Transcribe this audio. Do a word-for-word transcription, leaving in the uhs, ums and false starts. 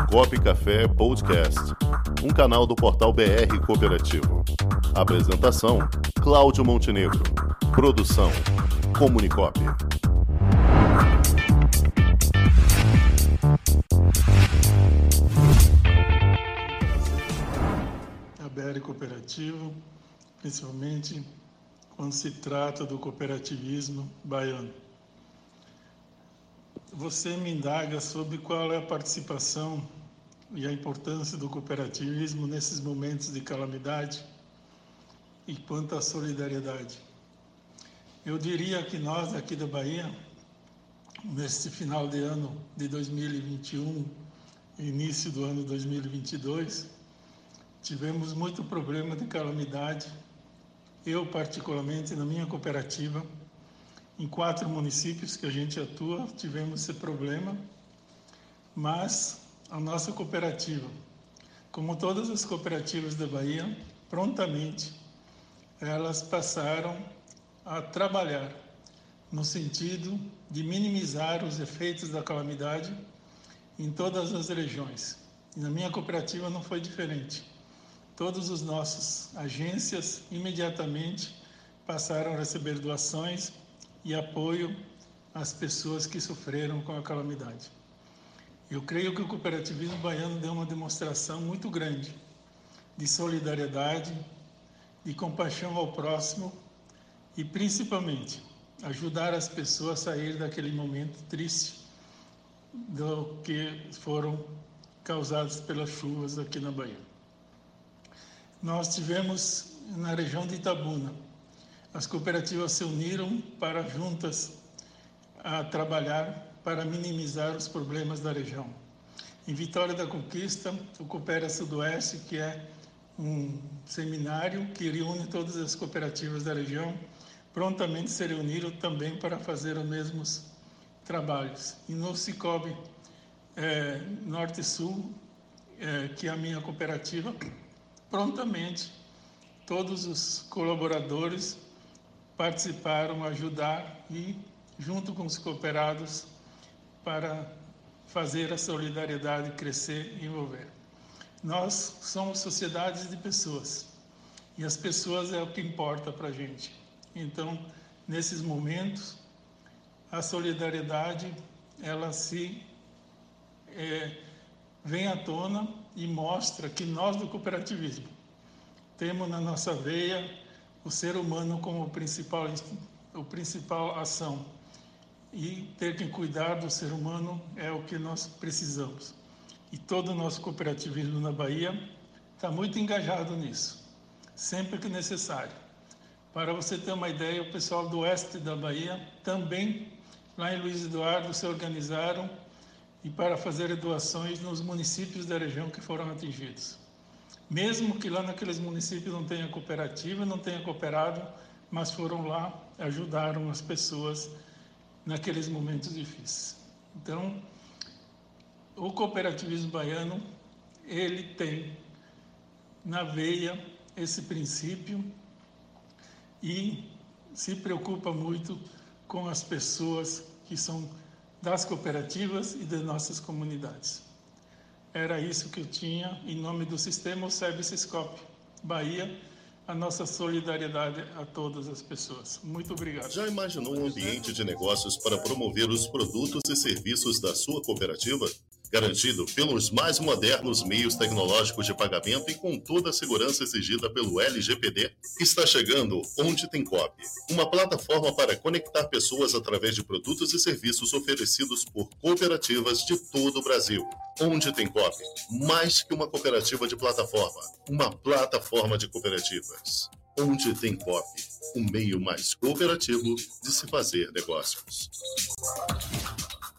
Copo Café Podcast, um canal do portal B R Cooperativo. Apresentação, Cláudio Montenegro. Produção, Comunicop. A B R Cooperativo, principalmente quando se trata do cooperativismo baiano. Você me indaga sobre qual é a participação e a importância do cooperativismo nesses momentos de calamidade e quanto à solidariedade. Eu diria que nós aqui da Bahia, nesse final de ano de dois mil e vinte e um, início do ano dois mil e vinte e dois, tivemos muito problema de calamidade. Eu, particularmente, na minha cooperativa, em quatro municípios que a gente atua, tivemos esse problema, mas a nossa cooperativa, como todas as cooperativas da Bahia, prontamente elas passaram a trabalhar no sentido de minimizar os efeitos da calamidade em todas as regiões. E na minha cooperativa não foi diferente. Todas as nossas agências imediatamente passaram a receber doações e apoio às pessoas que sofreram com a calamidade. Eu creio que o cooperativismo baiano deu uma demonstração muito grande de solidariedade, de compaixão ao próximo e, principalmente, ajudar as pessoas a sair daquele momento triste do que foram causados pelas chuvas aqui na Bahia. Nós tivemos na região de Itabuna, as cooperativas se uniram para juntas a trabalhar para minimizar os problemas da região. Em Vitória da Conquista, o Coopera Sudoeste, que é um seminário que reúne todas as cooperativas da região, prontamente se reuniram também para fazer os mesmos trabalhos. E no Cicobi é, Norte e Sul, é, que é a minha cooperativa, prontamente todos os colaboradores participaram, ajudar e, junto com os cooperados, para fazer a solidariedade crescer e envolver. Nós somos sociedades de pessoas e as pessoas é o que importa para a gente. Então, nesses momentos, a solidariedade, ela se é, vem à tona e mostra que nós do cooperativismo temos na nossa veia o ser humano como o principal, o principal ação. E ter que cuidar do ser humano é o que nós precisamos. E todo o nosso cooperativismo na Bahia está muito engajado nisso, sempre que necessário. Para você ter uma ideia, o pessoal do oeste da Bahia também, lá em Luiz Eduardo, se organizaram e para fazer doações nos municípios da região que foram atingidos. Mesmo que lá naqueles municípios não tenha cooperativa, não tenha cooperado, mas foram lá, ajudaram as pessoas naqueles momentos difíceis. Então, o cooperativismo baiano, ele tem na veia esse princípio e se preocupa muito com as pessoas que são das cooperativas e das nossas comunidades. Era isso que eu tinha em nome do Sistema Services Coop Bahia, a nossa solidariedade a todas as pessoas. Muito obrigado. Já imaginou um ambiente de negócios para promover os produtos e serviços da sua cooperativa? Garantido pelos mais modernos meios tecnológicos de pagamento e com toda a segurança exigida pelo L G P D? Está chegando Onde Tem Coop, uma plataforma para conectar pessoas através de produtos e serviços oferecidos por cooperativas de todo o Brasil. Onde Tem Coop, mais que uma cooperativa de plataforma, uma plataforma de cooperativas. Onde Tem Coop, o meio mais cooperativo de se fazer negócios.